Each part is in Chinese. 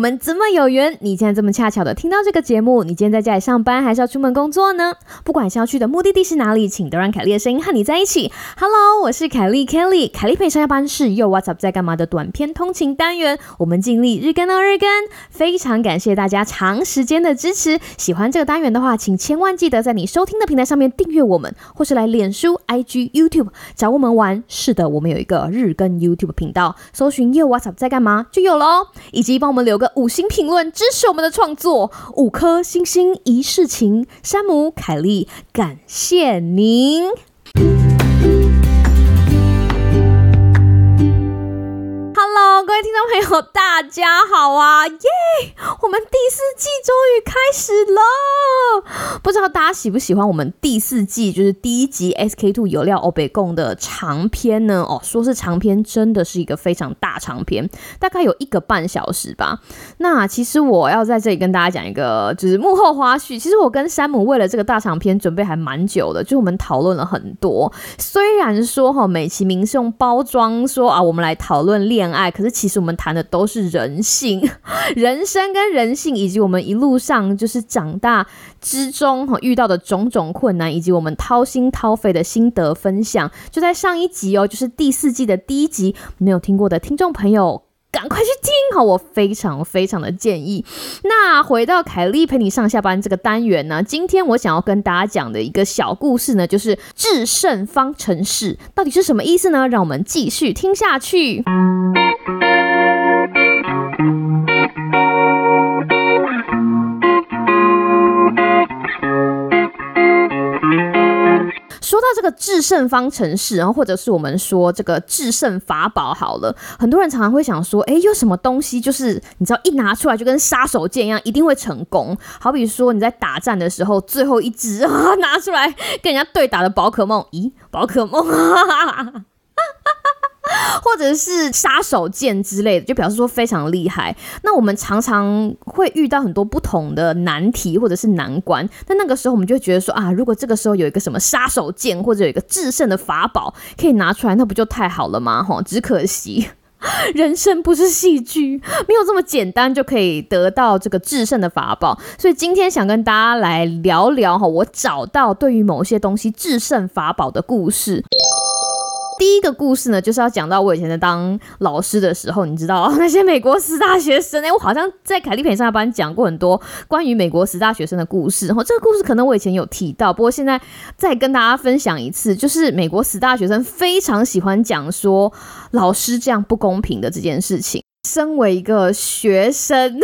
们怎么有缘？你竟然这么恰巧的听到这个节目，你今天在家里上班还是要出门工作呢？不管是要去的目的地是哪里，请都让凯莉的声音和你在一起。Hello， 我是凯莉 Kelly， 凯莉陪上下班是又 What's Up 在干嘛的短篇通勤单元，我们尽力日更到日更。非常感谢大家长时间的支持，喜欢这个单元的话，请千万记得在你收听的平台上面订阅我们，或是来脸书、IG、YouTube 找我们玩。是的，我们有一个日更 YouTube 频道，搜寻又 What's Up 在干嘛就有了哦，以及帮我们留个5星评论支持我们的创作，5颗星星一世情。山姆、凯莉，感谢您。Hello， 各位听众朋友，大家好啊！耶，我们第4季终于开始了。不知道大家喜不喜欢我们第4季就是第1集 SK2 有料欧北共的长篇呢？说是长篇，真的是一个非常大长篇，大概有1个半小时吧。那其实我要在这里跟大家讲一个就是幕后花絮。其实我跟山姆为了这个大长篇准备还蛮久的，就我们讨论了很多。虽然说美其名是用包装说我们来讨论恋爱，可是其实我们谈的都是人性、人生跟人性，以及我们一路上就是长大之中遇到的种种困难，以及我们掏心掏肺的心得分享。就在上一集就是第4季的第1集，没有听过的听众朋友赶快去听，我非常非常的建议。那回到凯莉陪你上下班这个单元呢，今天我想要跟大家讲的一个小故事呢，就是制胜方程式到底是什么意思呢？让我们继续听下去。说到这个制胜方程式，或者是我们说这个制胜法宝好了，很多人常常会想说，有什么东西就是你知道一拿出来就跟杀手锏一样，一定会成功。好比说你在打战的时候，最后一只拿出来跟人家对打的宝可梦，宝可梦或者是杀手锏之类的，就表示说非常厉害。那我们常常会遇到很多不同的难题或者是难关，那个时候我们就会觉得说如果这个时候有一个什么杀手锏或者有一个制胜的法宝可以拿出来，那不就太好了吗？只可惜人生不是戏剧，没有这么简单就可以得到这个制胜的法宝。所以今天想跟大家来聊聊我找到对于某些东西制胜法宝的故事。第一个故事呢，就是要讲到我以前在当老师的时候，你知道那些美国死大学生，我好像在凯莉陪上下班讲过很多关于美国死大学生的故事。这个故事可能我以前有提到，不过现在再跟大家分享一次，就是美国死大学生非常喜欢讲说老师这样不公平的这件事情。身为一个学生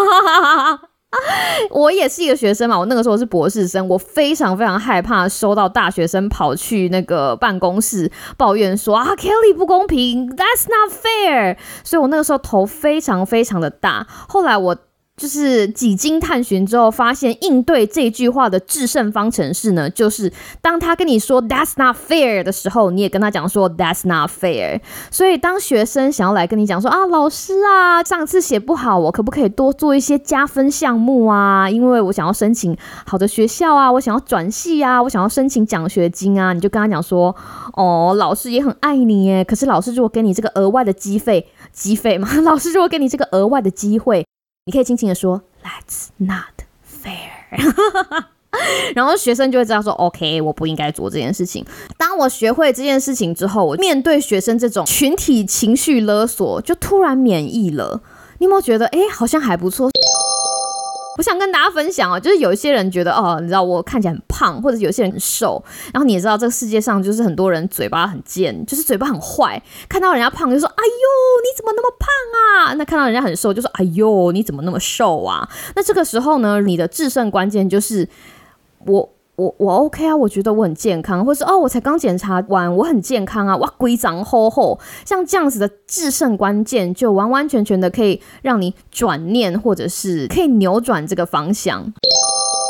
我也是一个学生嘛，我那个时候是博士生，我非常非常害怕收到大学生跑去那个办公室抱怨说Kelly 不公平 That's not fair， 所以我那个时候头非常非常的大。后来我就是几经探寻之后发现，应对这句话的制胜方程式呢，就是当他跟你说 That's not fair 的时候，你也跟他讲说 That's not fair。 所以当学生想要来跟你讲说老师上次写不好，我可不可以多做一些加分项目因为我想要申请好的学校我想要转系我想要申请奖学金你就跟他讲说老师也很爱你耶，可是老师如果给你这个额外的机费嘛，老师如果给你这个额外的机会，你可以轻轻的说 That's not fair 然后学生就会知道说 OK 我不应该做这件事情。当我学会这件事情之后，我面对学生这种群体情绪勒索就突然免疫了。你有没有觉得好像还不错？我想跟大家分享就是有一些人觉得你知道我看起来很胖，或者有些人很瘦，然后你也知道这个世界上就是很多人嘴巴很贱，就是嘴巴很坏，看到人家胖就说哎呦你怎么那么胖那看到人家很瘦就说哎呦你怎么那么瘦那这个时候呢，你的制胜关键就是我 OK 我觉得我很健康，或是我才刚检查完我很健康哇规长厚厚，像这样子的制胜关键就完完全全的可以让你转念，或者是可以扭转这个方向。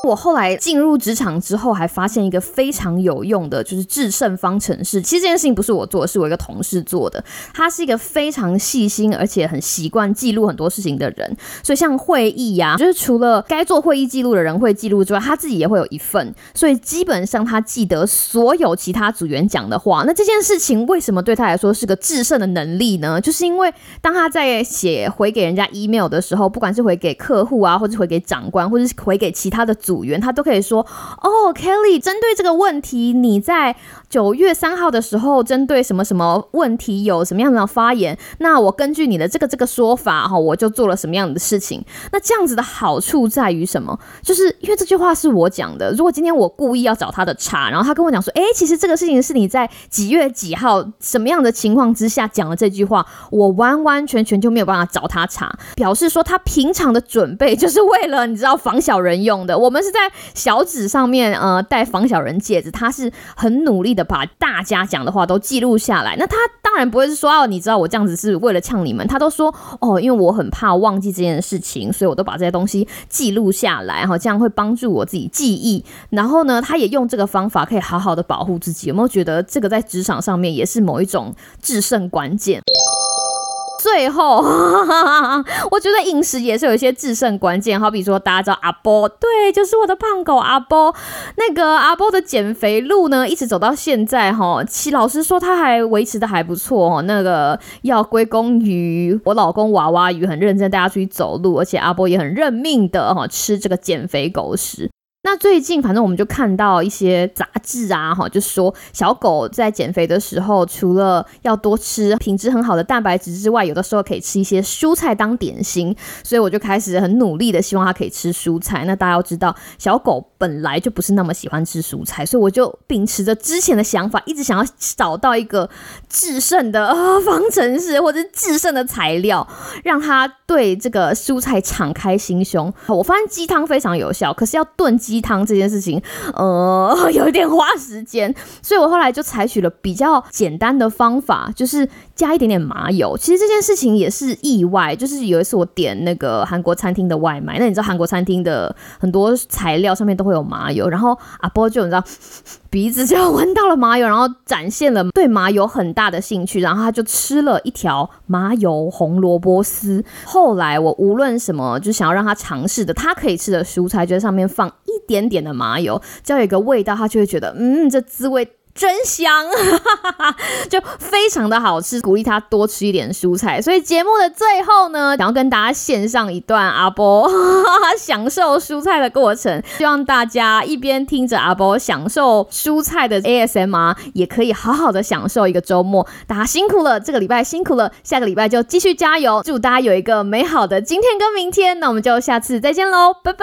我后来进入职场之后，还发现一个非常有用的，就是制胜方程式。其实这件事情不是我做的，是我一个同事做的。他是一个非常细心，而且很习惯记录很多事情的人。所以像会议啊，就是除了该做会议记录的人会记录之外，他自己也会有一份。所以基本上他记得所有其他组员讲的话。那这件事情为什么对他来说是个制胜的能力呢？就是因为当他在写回给人家 email 的时候，不管是回给客户啊，或是回给长官，或是回给其他的组员，他都可以说哦 Kelly 针对这个问题，你在9月3号的时候针对什么什么问题有什么样的发言，那我根据你的这个说法，我就做了什么样的事情。那这样子的好处在于什么？就是因为这句话是我讲的，如果今天我故意要找他的茬，然后他跟我讲说其实这个事情是你在几月几号什么样的情况之下讲了这句话，我完完全全就没有办法找他茬，表示说他平常的准备就是为了你知道防小人用的。我们是在小指上面戴防小人戒指，他是很努力的把大家讲的话都记录下来。那他当然不会是说你知道我这样子是为了呛你们，他都说因为我很怕忘记这件事情，所以我都把这些东西记录下来，这样会帮助我自己记忆。然后呢，他也用这个方法可以好好的保护自己。有没有觉得这个在职场上面也是某一种制胜关键？最后我觉得饮食也是有一些制胜关键，好比说大家知道阿波，对，就是我的胖狗阿波。那个阿波的减肥路呢，一直走到现在其实老实说他还维持的还不错那个要归功于我老公娃娃鱼很认真带他出去走路，而且阿波也很认命的吃这个减肥狗食。那最近反正我们就看到一些杂志啊，就说小狗在减肥的时候，除了要多吃品质很好的蛋白质之外，有的时候可以吃一些蔬菜当点心。所以我就开始很努力的希望它可以吃蔬菜。那大家要知道，小狗本来就不是那么喜欢吃蔬菜，所以我就秉持着之前的想法，一直想要找到一个制胜的方程式或者制胜的材料，让它对这个蔬菜敞开心胸。我发现鸡汤非常有效，可是要炖鸡汤这件事情有一点花时间，所以我后来就采取了比较简单的方法，就是加一点点麻油。其实这件事情也是意外，就是有一次我点那个韩国餐厅的外卖，那你知道韩国餐厅的很多材料上面都会有麻油，然后阿波就你知道鼻子就闻到了麻油，然后展现了对麻油很大的兴趣，然后他就吃了一条麻油红萝卜丝。后来我无论什么就想要让他尝试的他可以吃的蔬菜，就在上面放一点点的麻油，只要有一个味道他就会觉得这滋味真香就非常的好吃，鼓励他多吃一点蔬菜。所以节目的最后呢，想要跟大家献上一段阿波享受蔬菜的过程，希望大家一边听着阿波享受蔬菜的 ASMR， 也可以好好的享受一个周末。大家辛苦了，这个礼拜辛苦了，下个礼拜就继续加油，祝大家有一个美好的今天跟明天。那我们就下次再见咯，拜拜。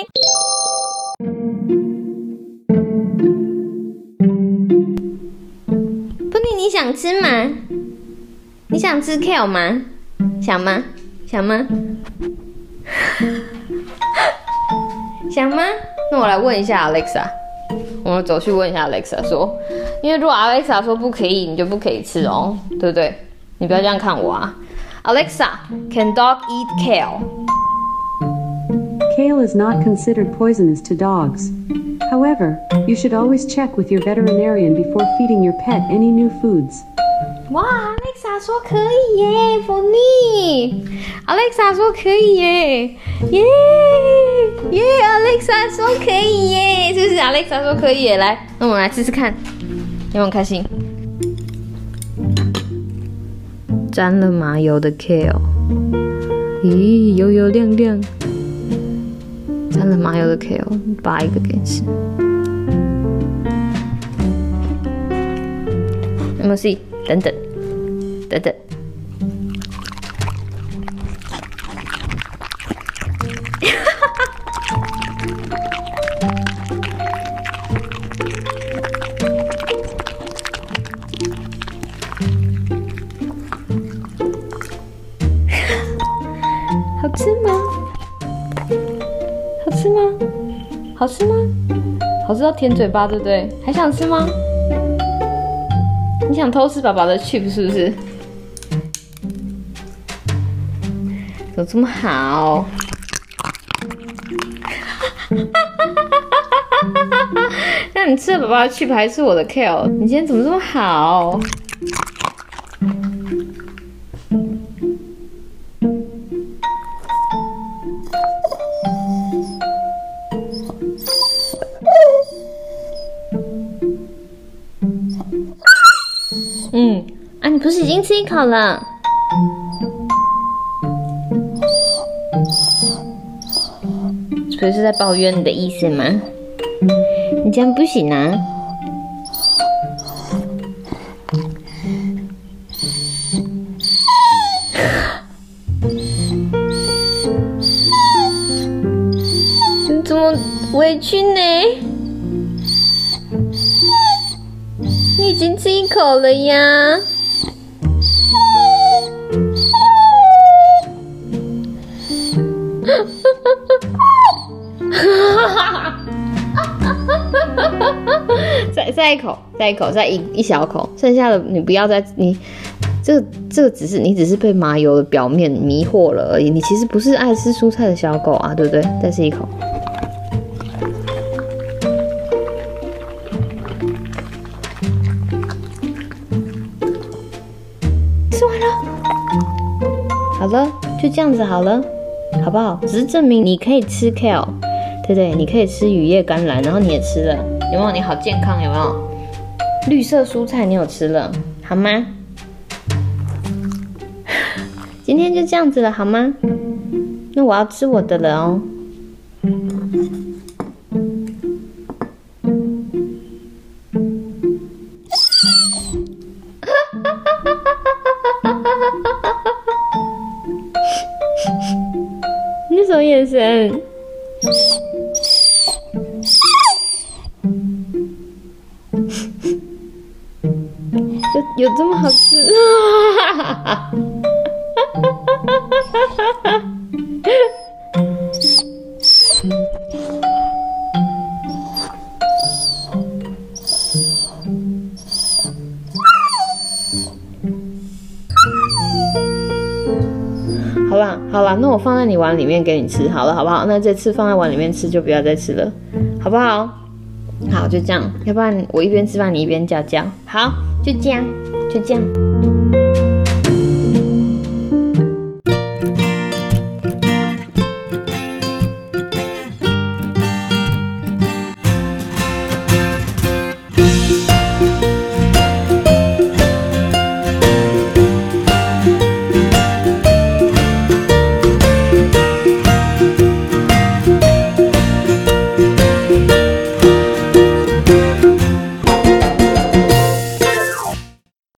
你想吃吗？你想吃 kale 吗？想吗？想吗？想吗？那我来问一下 Alexa， 我们走去问一下 Alexa 说，因为如果 Alexa 说不可以，你就不可以吃哦，对不对？你不要这样看我啊。Alexa, can dog eat kale? Kale is not considered poisonous to dogs. However, you should always check with your veterinarian before feeding your pet any new foods. 哇 ，Alexa 说可以耶，福利 ！Alexa 说可以耶，耶耶 ！Alexa 说可以耶，是不是 ？Alexa 说可以耶，来，那我们来试试看，有没有开心？沾了麻油的 kale， 咦，油油亮亮。沾了麻油的 kale， 拔一个给你吃。有没有试？等等，等等。好吃吗？好吃吗？好吃吗？好吃到甜嘴巴，对不对？还想吃吗？你想偷吃爸爸的 chip 是不是？怎么这么好？ 让你吃了爸爸去排斥我的 kale， 你今天怎么这么好？你不是已经吃一口了？所以是在抱怨你的意思吗？你这样不行啊！你怎么委屈呢？你已经吃一口了呀！再一口，再一小口，剩下的你不要再你这个只是被麻油的表面迷惑了而已，你其实不是爱吃蔬菜的小狗啊，对不对？再吃一口。吃完了，好了，就这样子好了，好不好？只是证明你可以吃 kale， 对不对？你可以吃羽叶甘蓝，然后你也吃了，有没有？你好健康，有没有？绿色蔬菜你有吃了，好吗？今天就这样子了，好吗？那我要吃我的了哦。你什么眼神？有这么好吃？好啦，那我放在你碗里面给你吃好了，好不好？那这次放在碗里面吃就不要再吃了，好不好？好，就这样，要不然我一边吃饭你一边叫。好，就这样。